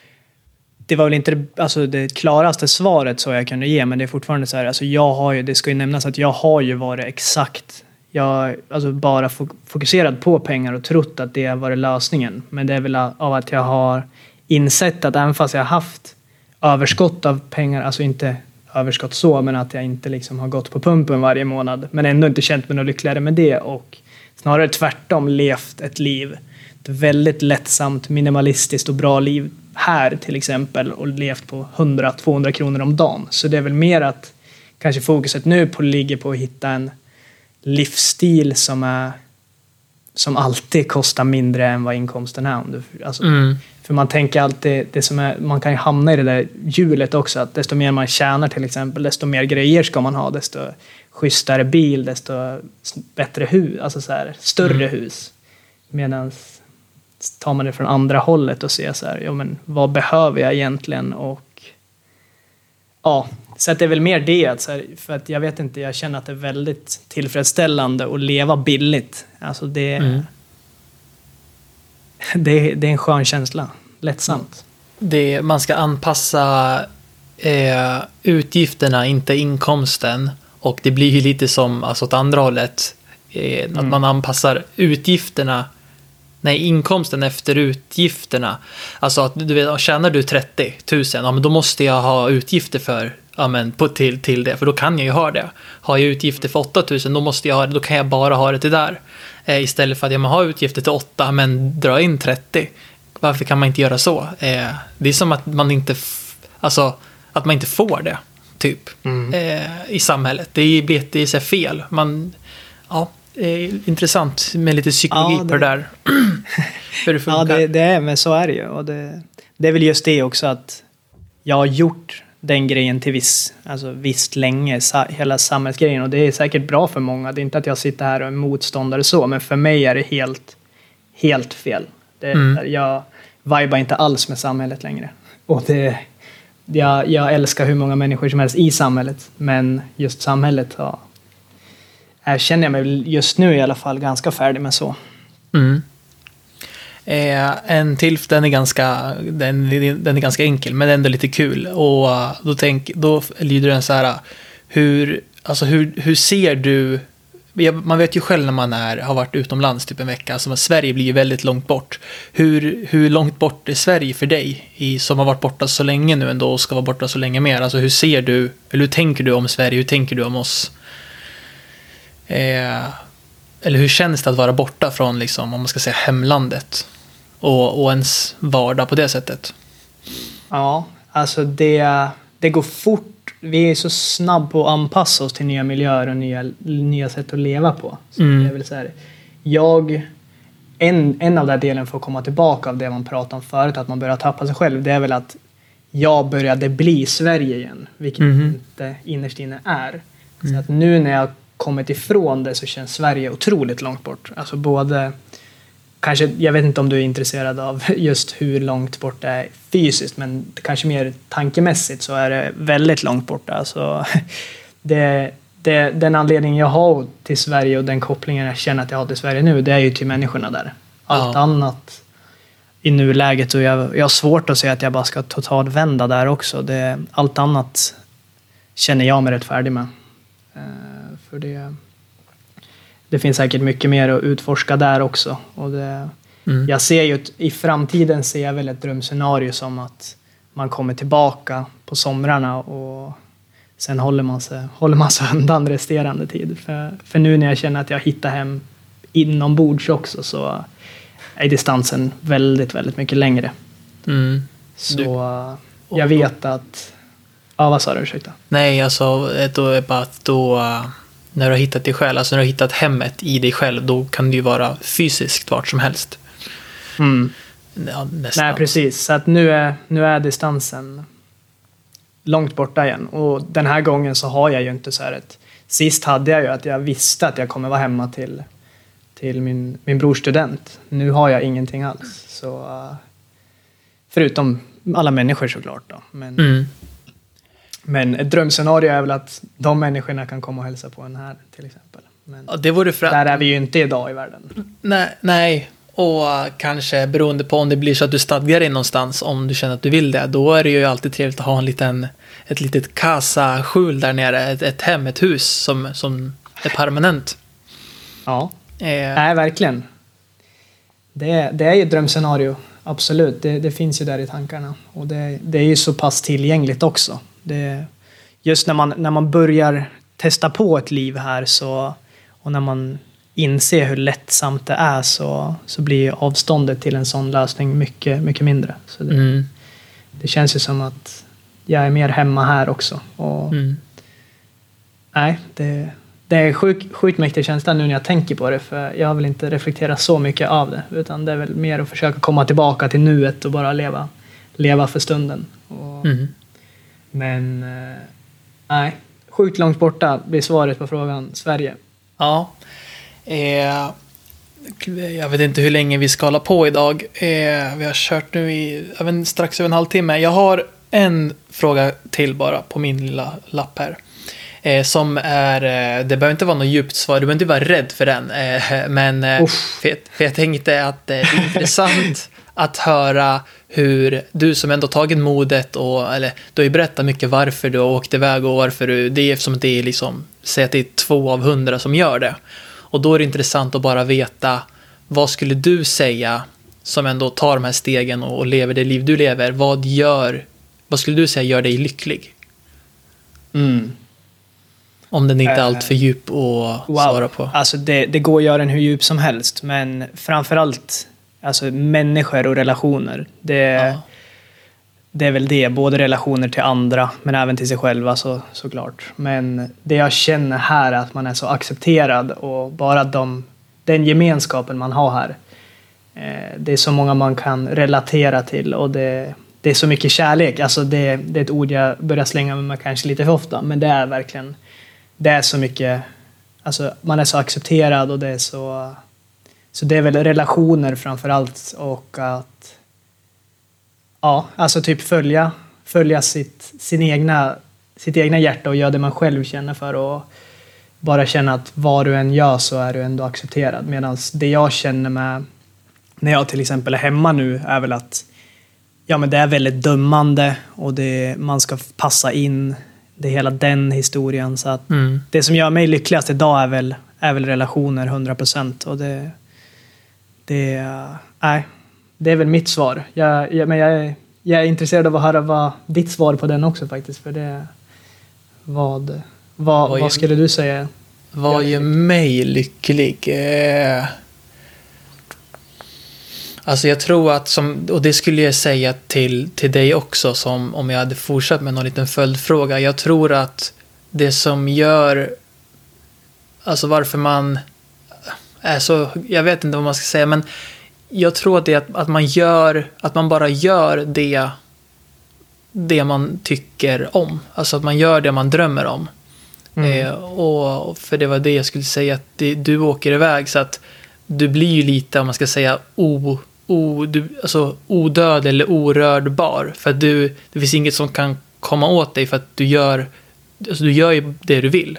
alltså det klaraste svaret så jag kunde ge, men det är fortfarande så här, alltså det ska ju nämnas att jag har ju varit exakt, bara fokuserad på pengar och trott att det var lösningen, men det är väl av att jag har insett att även fast jag har haft överskott av pengar, alltså inte överskott så, men att jag inte liksom har gått på pumpen varje månad, men ändå inte känt mig något lyckligare med det, och snarare tvärtom levt ett liv, ett väldigt lättsamt, minimalistiskt och bra liv här till exempel, och levt på 100-200 kronor om dagen. Så det är väl mer att kanske fokuset nu ligger på att hitta en livsstil som alltid kostar mindre än vad inkomsten är. Alltså, för man tänker alltid, man kan ju hamna i det där hjulet också, att desto mer man tjänar till exempel, desto mer grejer ska man ha, desto schysstare bil, desto bättre hus, alltså så här, större hus. Medan tar man det från andra hållet och ser så här, ja, men vad behöver jag egentligen? Och ja, så att det är väl mer det, så här, för att jag vet inte, jag känner att det är väldigt tillfredsställande att leva billigt. Alltså det är en skön känsla, lättsamt. Man ska anpassa utgifterna, inte inkomsten, och det blir ju lite som alltså åt andra hållet, att man anpassar inkomsten efter utgifterna. Alltså att du vet, tjänar du 30 000, ja, men då måste jag ha utgifter för till det, för då kan jag ju ha det. Har jag utgifter för 8 000, då måste jag ha det, då kan jag bara ha det till där. Istället för att jag har utgifter till 8 men dra in 30. Varför kan man inte göra så? Det är som att man inte att man inte får det typ i samhället. Det är så fel. Intressant med lite psykologi på det där. Hur det funkar. Ja, det är, men så är det ju. Och det är väl just det också, att jag har gjort den grejen till visst länge, hela samhällsgrejen, och det är säkert bra för många. Det är inte att jag sitter här och är motståndare så, men för mig är det helt fel. Jag vibar inte alls med samhället längre. Och jag älskar hur många människor som helst i samhället, men just samhället känner jag mig just nu i alla fall ganska färdig med så. En till, den är ganska enkel, men ändå lite kul. Och då lyder den så här: hur ser du? Man vet ju själv när man har varit utomlands typ en vecka, alltså Sverige blir ju väldigt långt bort. Hur långt bort är Sverige för dig, som har varit borta så länge nu ändå och ska vara borta så länge mer? Alltså hur ser du, eller hur tänker du om Sverige, hur tänker du om oss? Eller hur känns det att vara borta från, liksom, om man ska säga, hemlandet och ens vardag på det sättet? Ja, alltså det går fort. Vi är så snabb på att anpassa oss till nya miljöer och nya sätt att leva på. Så det vill säga, en av den delen för att komma tillbaka av det man pratade om förut, att man börjar tappa sig själv, det är väl att jag började bli Sverige igen, vilket inte innerst inne är. Så att nu när jag kommit ifrån det så känns Sverige otroligt långt bort. Alltså både, kanske, jag vet inte om du är intresserad av just hur långt bort det är fysiskt, men kanske mer tankemässigt så är det väldigt långt bort. Alltså, den anledningen jag har till Sverige och den kopplingen jag känner att jag har till Sverige nu, det är ju till människorna där. Allt annat i nuläget, och jag har svårt att säga att jag bara ska totalt vända där också. Allt annat känner jag mig rätt färdig med. För det finns säkert mycket mer att utforska där också. Och jag ser ju i framtiden ser jag väl ett drömscenario som att man kommer tillbaka på somrarna och sen håller man sig undan resterande tid. För nu när jag känner att jag hittar hem inombords också, så är distansen väldigt, väldigt mycket längre. Så jag vet att... Ja, vad sa du? Ursäkta. Nej, alltså då är bara att när du har hittat dig själv, alltså när du har hittat hemmet i dig själv, då kan det ju vara fysiskt vart som helst. Ja, nej, precis. Så att nu är distansen långt borta igen. Och den här gången så har jag ju inte så här sist hade jag ju att jag visste att jag kommer vara hemma till min brors student. Nu har jag ingenting alls. Så förutom alla människor såklart då. Men ett drömscenario är väl att de människorna kan komma och hälsa på en här till exempel. Men det vore där är vi ju inte idag i världen. Nej. Och kanske beroende på om det blir så att du stadgar dig någonstans, om du känner att du vill det, då är det ju alltid trevligt att ha ett litet casa-skjul där nere, ett hem, ett hus som är permanent. Ja, nej, verkligen. Det är ju ett drömscenario absolut. Det finns ju där i tankarna. Och det är ju så pass tillgängligt också. Just när man börjar testa på ett liv här och när man inser hur lättsamt det är så blir avståndet till en sån lösning mycket, mycket mindre. Så det känns ju som att jag är mer hemma här också. Och nej, det är sjukt mäktig känsla nu när jag tänker på det, för jag har väl inte reflekterat så mycket av det, utan det är väl mer att försöka komma tillbaka till nuet och bara leva för stunden. Men nej, sjukt långt borta blir svaret på frågan. Sverige. Ja. Jag vet inte hur länge vi ska hålla på idag. Vi har kört nu i strax över en halvtimme. Jag har en fråga till bara på min lilla lapp här. Som är, det behöver inte vara något djupt svar, du behöver inte vara rädd för den. Men för jag tänkte att det är intressant att höra hur du som ändå tagit modet eller du har ju berättat mycket varför du har åkt iväg och varför det är eftersom det är liksom, säg att det är 2 av 100 som gör det. Och då är det intressant att bara veta, vad skulle du säga som ändå tar de här stegen och lever det liv du lever, vad skulle du säga gör dig lycklig? Om den inte är allt för djup att svara på. Alltså det går att göra den hur djup som helst, men framförallt alltså människor och relationer. Det är väl det, både relationer till andra men även till sig själva såklart. Men det jag känner här är att man är så accepterad, och bara den gemenskapen man har här. Det är så många man kan relatera till, och det är så mycket kärlek. Alltså det är ett ord jag börjar slänga med mig kanske lite för ofta, men det är verkligen, det är så mycket, alltså man är så accepterad, och det är så det är väl relationer framför allt, och att alltså typ följa sitt egna hjärta och göra det man själv känner för, och bara känna att vad du än gör så är du ändå accepterad. Medan det jag känner med när jag till exempel är hemma nu är väl att men det är väldigt dömande, och man ska passa in det hela den historien, så att det som gör mig lyckligast idag är väl relationer 100%, och det är väl mitt svar. Men jag är intresserad av att höra vad ditt svar på den också faktiskt, för det vad skulle du säga? Vad gör mig lycklig? Alltså jag tror att, och det skulle jag säga till dig också, som om jag hade fortsatt med någon liten följdfråga. Jag tror att det som gör, alltså varför man är så, jag vet inte vad man ska säga, men jag tror att det är att man bara gör det man tycker om. Alltså att man gör det man drömmer om. Och för det var det jag skulle säga, att du åker iväg, så att du blir ju lite, om man ska säga, alltså odöd eller orördbar, för att det finns inget som kan komma åt dig, för att du gör ju det du vill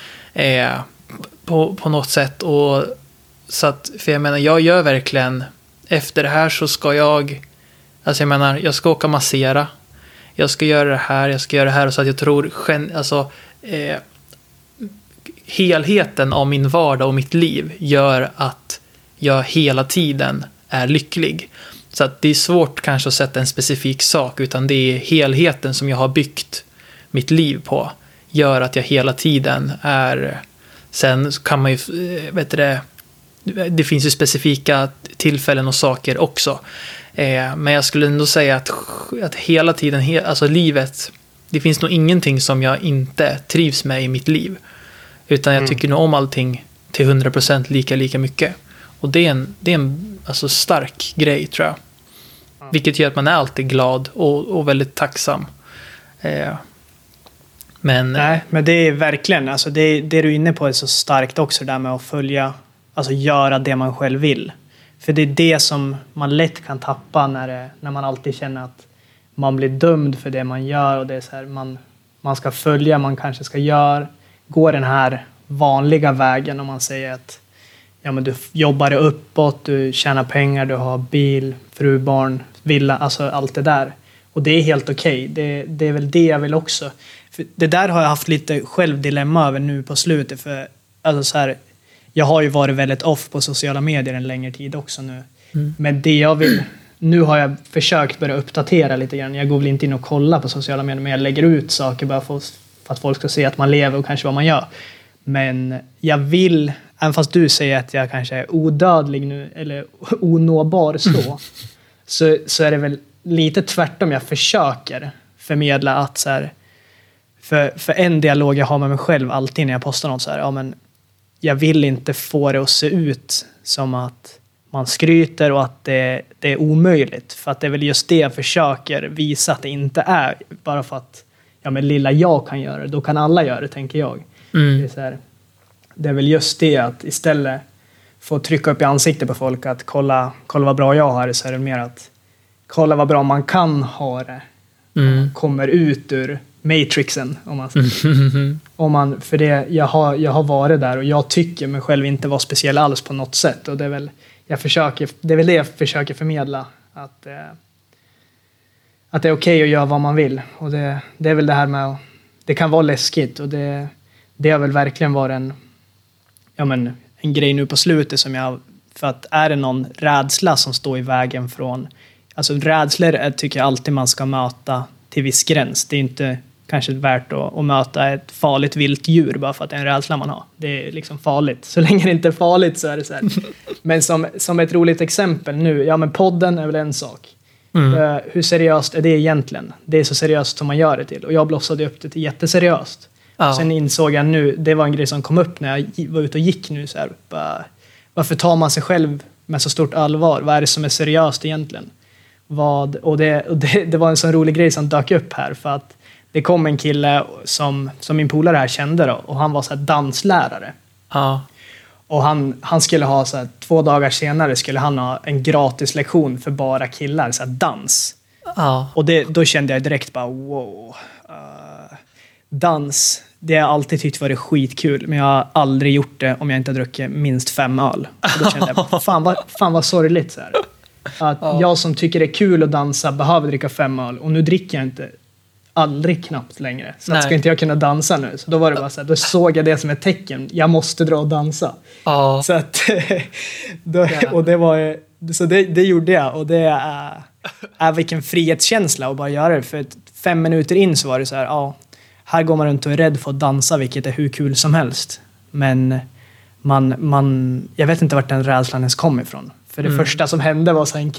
på något sätt. Och så att, för jag menar, jag gör verkligen, efter det här så ska jag ska åka massera, jag ska göra det här, så att jag tror helheten av min vardag och mitt liv gör att jag hela tiden är lycklig. Så att det är svårt kanske att sätta en specifik sak, utan det är helheten som jag har byggt mitt liv på, gör att jag hela tiden är. Sen kan man ju, det finns ju specifika tillfällen och saker också. Men jag skulle ändå säga att hela tiden, alltså livet, det finns nog ingenting som jag inte trivs med i mitt liv. Utan jag tycker nog om allting till 100% lika mycket. Och det är en alltså stark grej, tror jag. Vilket gör att man är alltid glad och väldigt tacksam. Men det är verkligen, alltså det du är inne på är så starkt också, där med att följa, alltså göra det man själv vill. För det är det som man lätt kan tappa när man alltid känner att man blir dömd för det man gör, och det är så här, man ska följa, man kanske ska gå den här vanliga vägen, om man säger att men du jobbar uppåt, du tjänar pengar, du har bil, fru, barn, villa, alltså allt det där. Och det är helt okej. Det är väl det jag vill också. För det där har jag haft lite självdilemma över nu på slutet. För alltså så här, jag har ju varit väldigt off på sociala medier en längre tid också nu. Men det jag vill nu har jag försökt börja uppdatera lite grann. Jag går väl inte in och kollar på sociala medier, men jag lägger ut saker bara för att folk ska se att man lever och kanske vad man gör. Men jag vill, även fast du säger att jag kanske är odödlig nu eller onåbar så är det väl lite tvärtom. Jag försöker förmedla att så här, för en dialog jag har med mig själv alltid när jag postar något så här, ja men jag vill inte få det att se ut som att man skryter och att det är omöjligt. För att det är väl just det jag försöker visa att det inte är. Bara för att ja, men lilla jag kan göra det, då kan alla göra det, tänker jag. Det är så här, det är väl just det att istället få trycka upp i ansiktet på folk att kolla vad bra jag har det, så är det mer att kolla vad bra man kan ha det. Kommer ut ur matrixen om man säger. För det jag har varit där och jag tycker mig själv inte vara speciell alls på något sätt, och det är väl det jag försöker förmedla, att det är okej att göra vad man vill, och det är väl det här med att det kan vara läskigt, och det har väl verkligen varit en grej nu på slutet som för att är det någon rädsla som står i vägen från, alltså rädslor tycker jag alltid man ska möta till viss gräns. Det är inte kanske värt att möta ett farligt vilt djur bara för att det är en rädsla man har. Det är liksom farligt. Så länge det inte är farligt så är det så här. Men som ett roligt exempel nu, ja men podden är väl en sak. Hur seriöst är det egentligen? Det är så seriöst som man gör det till. Och jag blossade upp det till jätteseriöst. Ja. Sen insåg jag nu, det var en grej som kom upp när jag var ute och gick nu så här, varför tar man sig själv med så stort allvar? Vad är det som är seriöst egentligen? Det var en sån rolig grej som dök upp här, för att det kom en kille som min polare här kände då, och han var så här danslärare. Ja. Och han skulle ha så här, 2 dagar senare skulle han ha en gratis lektion för bara killar, så här dans. Ja. Och då kände jag direkt bara wow. Dans, det har jag alltid tyckt varit skitkul, men jag har aldrig gjort det om jag inte har druckit minst 5 öl. Och då kände jag, fan vad sorgligt så här. Att jag som tycker det är kul att dansa behöver dricka 5 öl, och nu dricker jag inte aldrig knappt längre. Så att ska inte jag kunna dansa nu? Så då var det bara så här, då såg jag det som ett tecken. Jag måste dra och dansa. Så att och det var så det gjorde jag, och det är vilken frihetskänsla att bara göra det. För 5 minuter in så var det så här, här går man runt och är rädd för att dansa, vilket är hur kul som helst. Men jag vet inte vart den rädslan ens kom ifrån. För det första som hände var så här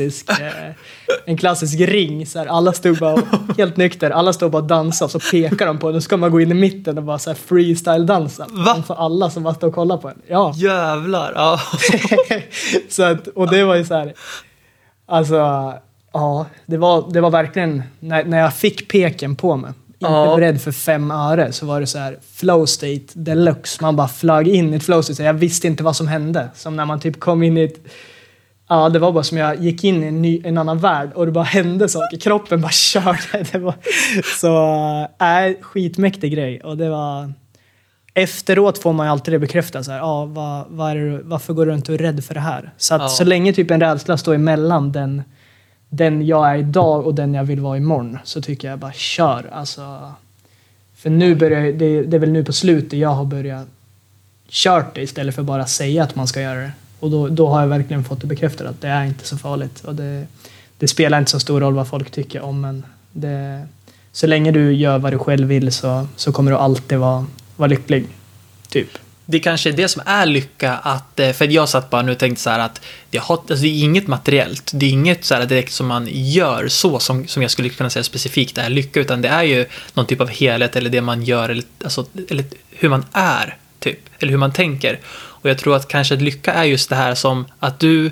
en klassisk ring. Så här, alla stod bara helt nykter. Alla stod bara och dansade, och så pekar de på en. Då ska man gå in i mitten och bara så här freestyle-dansa. För alla som bara stod och kollade på en. Ja. Jävlar, ja. Så att, och det var ju så här, alltså, ja, det var verkligen, när jag fick peken på mig, inte beredd för 5 öre, så var det så här flow state deluxe. Man bara flög in i ett flow state, så jag visste inte vad som hände. Som när man typ kom in i ett, det var bara som jag gick in i en annan värld, och det bara hände saker. Kroppen bara körde. Det var så skitmäktig grej. Och det var, efteråt får man ju alltid det bekräftat så här, varför går du runt och är rädd för det här? Så att så länge typ en rädsla står emellan den jag är idag och den jag vill vara imorgon, så tycker jag bara kör. Alltså, för nu det är väl nu på slutet jag har börjat kört det, istället för bara säga att man ska göra det. Och då har jag verkligen fått det bekräftat att det är inte så farligt. Och det spelar inte så stor roll vad folk tycker om, men så länge du gör vad du själv vill så kommer du alltid vara lycklig. Typ. Det kanske är det som är lycka, för jag satt bara nu och tänkte så här att det är inget materiellt, det är inget så här direkt som man gör så som jag skulle kunna säga specifikt är lycka, utan det är ju någon typ av helhet, eller det man gör, eller hur man är typ, eller hur man tänker. Och jag tror att kanske lycka är just det här som att du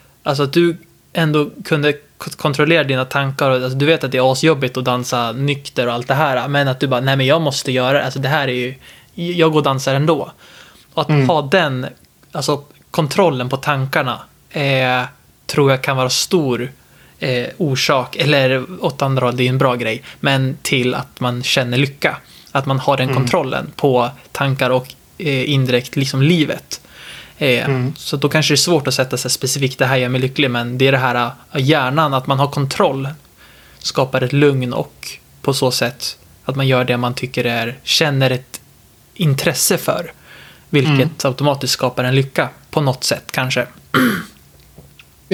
ändå kunde kontrollera dina tankar, och alltså, du vet att det är asjobbigt att dansa nykter och allt det här, men att du bara, nej men jag måste göra det, alltså det här är ju, jag går och dansar ändå. Och att ha den, alltså kontrollen på tankarna, tror jag kan vara stor orsak, eller åt andra håll, det är en bra grej, men till att man känner lycka, att man har den kontrollen på tankar och indirekt liksom livet. Så då kanske det är svårt att sätta sig specifikt, det här gör mig lycklig, men det är det här hjärnan, att man har kontroll, skapar ett lugn, och på så sätt att man gör det man tycker känner ett intresse för, vilket automatiskt skapar en lycka på något sätt kanske. Ja,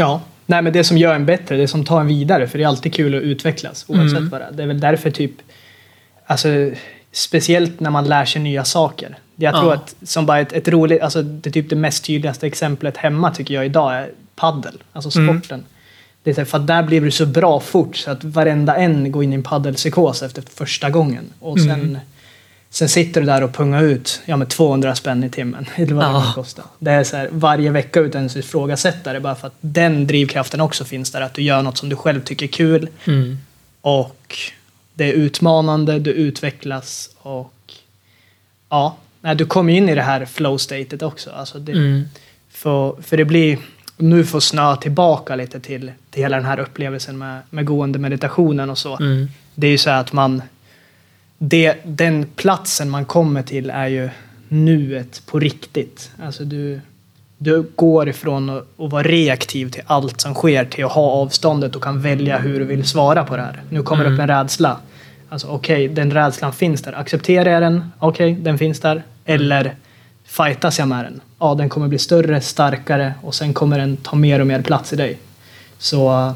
Nej, men det som gör en bättre, det som tar en vidare, för det är alltid kul att utvecklas oavsett vad det är. Det är väl därför typ, alltså speciellt när man lär sig nya saker. Jag tror att som bara ett roligt, alltså det typ det mest tydligaste exemplet hemma tycker jag idag är paddel, alltså sporten. Det är så här, för att där blir du så bra fort så att varenda en går in i en paddelpsykos efter första gången. Och sen sitter du där och pungar ut med 200 spänn i timmen. Eller vad det kostar. Det är så här, varje vecka utan att ifrågasätta det, bara för att den drivkraften också finns där. Att du gör något som du själv tycker är kul. Och det är utmanande, du utvecklas och du kommer in i det här flow-statet också. Alltså det, för det blir, nu får snö tillbaka lite till hela den här upplevelsen med gående meditationen och så. Det är ju så att den platsen man kommer till är ju nuet på riktigt. Alltså du går ifrån att vara reaktiv till allt som sker till att ha avståndet och kan välja hur du vill svara på det här. Nu kommer det upp en rädsla. Alltså okej, den rädslan finns där. Accepterar jag den? Okej, den finns där. Eller fightas jag med den? Ja, den kommer bli större, starkare och sen kommer den ta mer och mer plats i dig. Så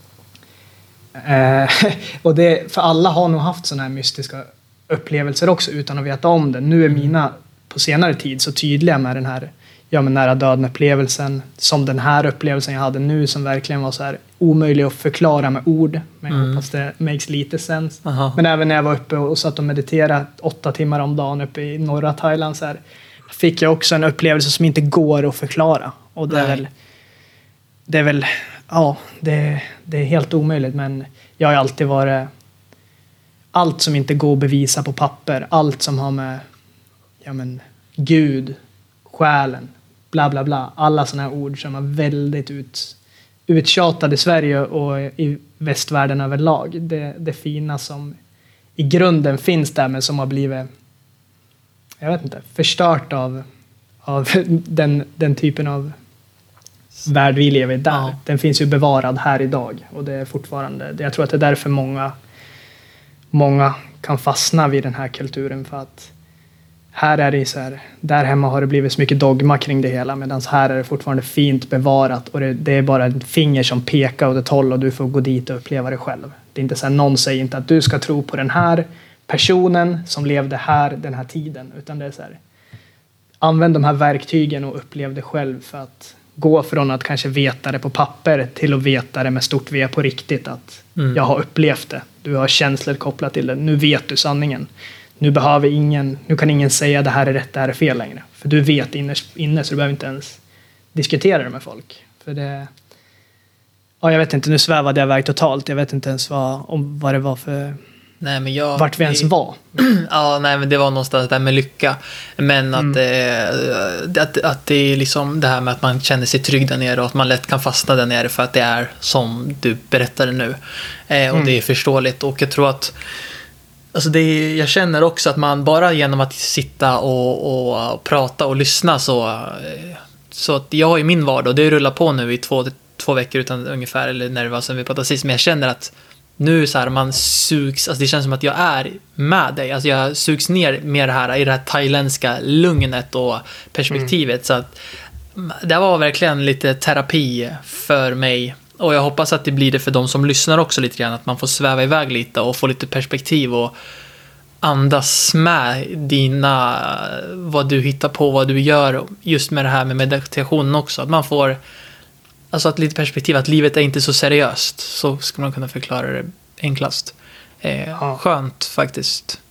och det, för alla har nog haft såna här mystiska upplevelser också utan att veta om det. Nu är mina på senare tid så tydliga med den här med nära döden-upplevelsen, som den här upplevelsen jag hade nu som verkligen var så här omöjlig att förklara med ord, men jag hoppas det makes lite sens. Men även när jag var uppe och satt och mediterade 8 timmar om dagen uppe i norra Thailand så här, fick jag också en upplevelse som inte går att förklara. Och det är väl det är helt omöjligt, men jag har alltid varit allt som inte går att bevisa på papper, allt som har med Gud, själen, bla bla bla, alla såna här ord som är väldigt uttjatade i Sverige och i västvärlden överlag. Det fina som i grunden finns där, men som har blivit, jag vet inte, förstört av den typen av värld vi lever i där. Ja. Den finns ju bevarad här idag och det är fortfarande, jag tror att det är därför många kan fastna vid den här kulturen, för att här är det så här, där hemma har det blivit så mycket dogma kring det hela, medan här är det fortfarande fint bevarat och det är bara ett finger som pekar åt ett håll och du får gå dit och uppleva det själv. Det är inte så här, någon säger inte att du ska tro på den här personen som levde här den här tiden, utan det är så här, använd de här verktygen och upplev det själv, för att gå från att kanske veta det på papper till att veta det med stort V på riktigt, att jag har upplevt det, du har känslor kopplat till det, nu vet du sanningen. Nu kan ingen säga det här är rätt, det här är fel längre. För du vet inne så du behöver inte ens diskutera det med folk. För det, jag vet inte, nu svävade jag iväg totalt. Jag vet inte ens vad det var för... Nej, men vart vi ens var. Men det var någonstans där med lycka. Men att det är liksom det här med att man känner sig trygg där nere och att man lätt kan fastna där nere för att det är som du berättade nu. Och det är förståeligt. Och jag tror att alltså jag känner också att man bara genom att sitta och prata och lyssna så att jag har ju min vardag och det rullar på nu i två veckor utan ungefär, eller när det var sen vi pratade sist, men jag känner att nu så här, man sugs, alltså det känns som att jag är med dig, alltså jag sugs ner med det här i det här thailändska lugnet och perspektivet, så att det var verkligen lite terapi för mig. Och jag hoppas att det blir det för de som lyssnar också lite grann, att man får sväva iväg lite och få lite perspektiv och andas med vad du hittar på, vad du gör, just med det här med meditationen också. Att man får alltså ett litet perspektiv, att livet är inte så seriöst, så ska man kunna förklara det enklast. Skönt faktiskt.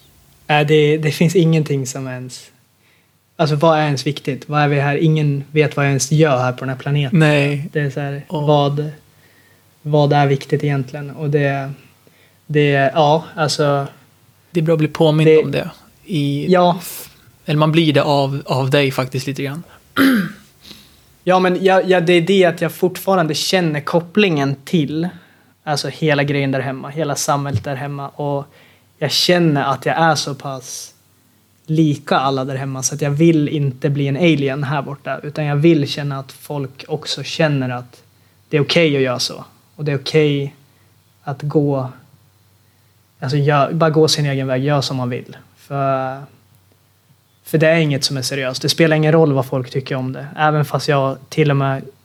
Det finns ingenting som ens... Alltså vad är ens viktigt? Vad är vi här? Ingen vet vad jag ens gör här på den här planeten. Nej. Det är så här, vad är viktigt egentligen? Och alltså... Det är bra att bli påmind om det. Eller man blir det av dig faktiskt lite grann. Ja, men det är det att jag fortfarande känner kopplingen till alltså hela grejen där hemma, hela samhället där hemma. Och jag känner att jag är så pass lika alla där hemma, så att jag vill inte bli en alien här borta, utan jag vill känna att folk också känner att det är okej att göra så, och det är okej att gå, alltså bara gå sin egen väg, gör som man vill, för det är inget som är seriöst. Det spelar ingen roll vad folk tycker om det, även fast jag till och med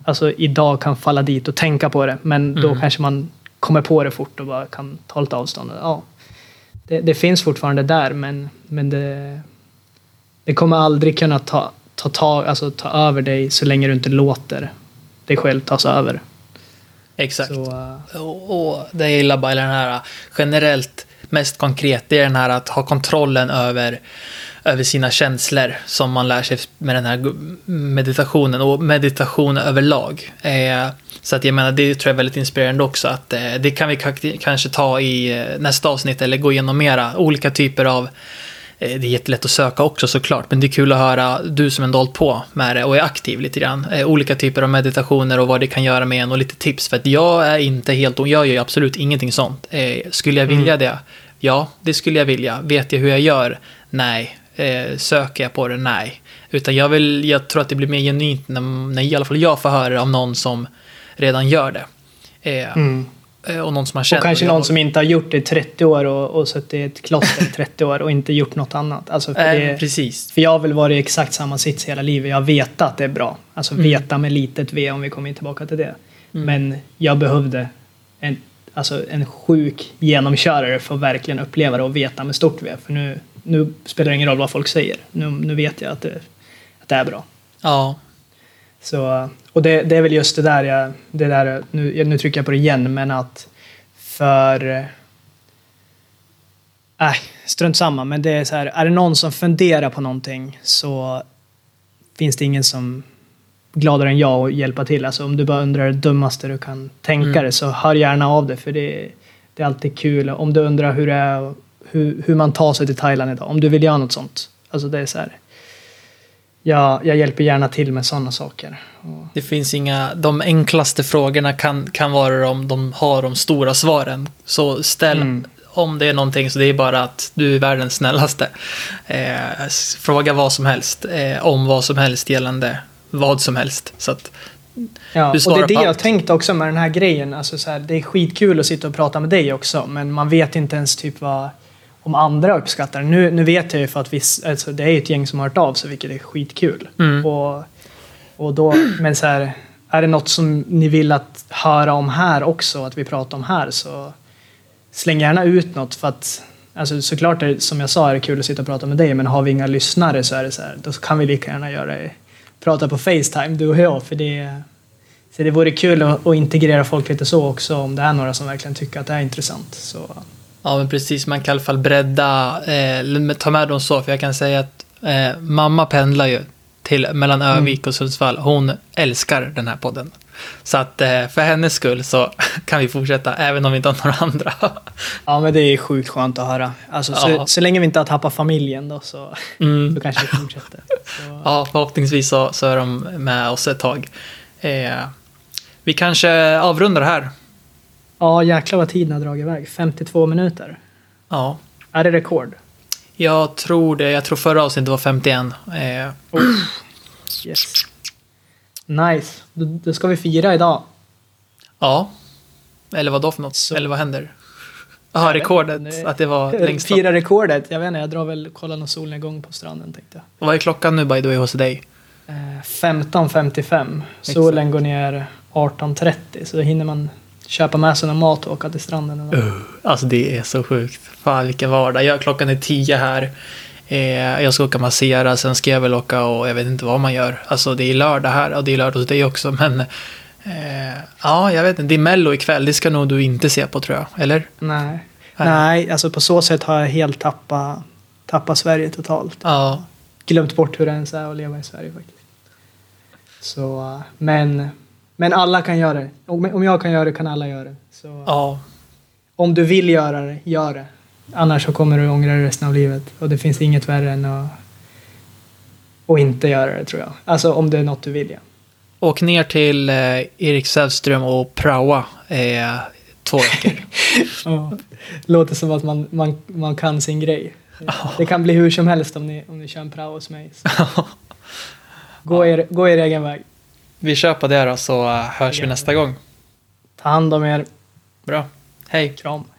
alltså idag kan falla dit och tänka på det. Men då kanske man kommer på det fort och bara kan ta lite avstånd. Ja, det finns fortfarande där, men det kommer aldrig kunna ta över dig så länge du inte låter dig själv tas över. Exakt. Och det jag gillar bara den här generellt mest konkret, det är den här att ha kontrollen över sina känslor som man lär sig med den här meditationen och meditation överlag. Så att jag menar, det tror jag är väldigt inspirerande också, att det kan vi kanske ta i nästa avsnitt eller gå igenom mera olika typer av. Det är jättelätt att söka också såklart, men det är kul att höra du som ändå hållit på med det och är aktiv lite grann. Olika typer av meditationer och vad det kan göra med en och lite tips, för att jag är inte helt, jag gör ju absolut ingenting sånt. Skulle jag vilja det? Ja, det skulle jag vilja. Vet jag hur jag gör? Nej. Söker jag på det? Nej. Utan jag tror att det blir mer genuint när i alla fall jag får höra av någon som redan gör det. Och någon som har känt. Och kanske någon som inte har gjort det i 30 år och suttit i ett kloster i 30 år och inte gjort något annat. Alltså precis. För jag har väl varit i exakt samma sits hela livet. Jag vet att det är bra. Alltså veta med litet V, om vi kommer tillbaka till det. Men jag behövde en sjuk genomkörare för att verkligen uppleva det och veta med stort V. För nu spelar det ingen roll vad folk säger. Nu vet jag att det är bra. Ja. Så, och det är väl just det där nu trycker jag på det igen, men att strunt samma, men det är så här, är det någon som funderar på någonting så finns det ingen som gladare än jag att hjälpa till. Alltså om du bara undrar det dummaste du kan tänka dig, så hör gärna av det, för det är alltid kul. Om du undrar hur det är, hur man tar sig till Thailand idag, om du vill göra något sånt, alltså det är så här. Jag hjälper gärna till med sådana saker. Det finns de enklaste frågorna kan vara de har de stora svaren. Så ställ om det är någonting, så det är bara att du är världens snällaste. Fråga vad som helst, om vad som helst gällande vad som helst. Så att ja, och det är det jag tänkt också med den här grejen. Alltså så här, det är skitkul att sitta och prata med dig också, men man vet inte ens typ om andra uppskattar. Nu vet jag ju för att det är ett gäng som har hört av sig, vilket är skitkul. Och då, men så här, är det något som ni vill att höra om här också, att vi pratar om här, så släng gärna ut något, för att alltså, såklart som jag sa är det kul att sitta och prata med dig, men har vi inga lyssnare så är det så här, då kan vi lika gärna prata på FaceTime, du och jag, för det vore kul att integrera folk lite så också, om det är några som verkligen tycker att det är intressant. Så ja, men precis, man kan i alla fall bredda, ta med dem så, för jag kan säga att mamma pendlar ju mellan Övik och Sundsvall. Hon älskar den här podden. Så att för hennes skull så kan vi fortsätta, även om vi inte har några andra. Ja, men det är sjukt skönt att höra. Alltså, så länge vi inte har tappat familjen då, så kanske vi fortsätter. Så. Ja, förhoppningsvis så är de med oss ett tag. Vi kanske avrundar här. Ja, jäklar vad tiden har dragit iväg. 52 minuter. Ja. Är det rekord? Jag tror det. Jag tror förra avsnittet var 51. Yes. Nice. Då ska vi fira idag. Ja. Eller vad då för något? Så. Eller vad händer? Jaha, rekordet. Att det var längst. Fira rekordet. Jag vet inte, jag drar väl kolla någon solnedgång på stranden, tänkte jag. Vad är klockan nu by the way hos dig? 15.55. Solen går ner 18.30. Så då hinner man köpa med sig någon mat och åka till stranden. Alltså det är så sjukt. Fan vilken vardag. Klockan är 10 här. Jag ska åka massera. Sen ska jag väl åka och jag vet inte vad man gör. Alltså det är lördag här. Och det är lördag hos dig också. Men ja, jag vet inte. Det är Mello ikväll. Det ska nog du inte se på, tror jag. Eller? Nej, alltså på så sätt har jag helt tappat Sverige totalt. Ja. Glömt bort hur det ens är att leva i Sverige faktiskt. Så, men alla kan göra det. Om jag kan göra det, kan alla göra det. Så, ja. Om du vill göra det, gör det. Annars så kommer du ångra det resten av livet. Och det finns inget värre än att inte göra det, tror jag. Alltså om det är något du vill, ja. Åk ner till Erik Sävström och praoa 2 veckor. Ja, låter som att man kan sin grej. Det kan bli hur som helst om ni kör en prao hos mig. Gå er egen väg. Vi kör på det då, så hörs vi nästa gång. Ta hand om er. Bra. Hej. Kram.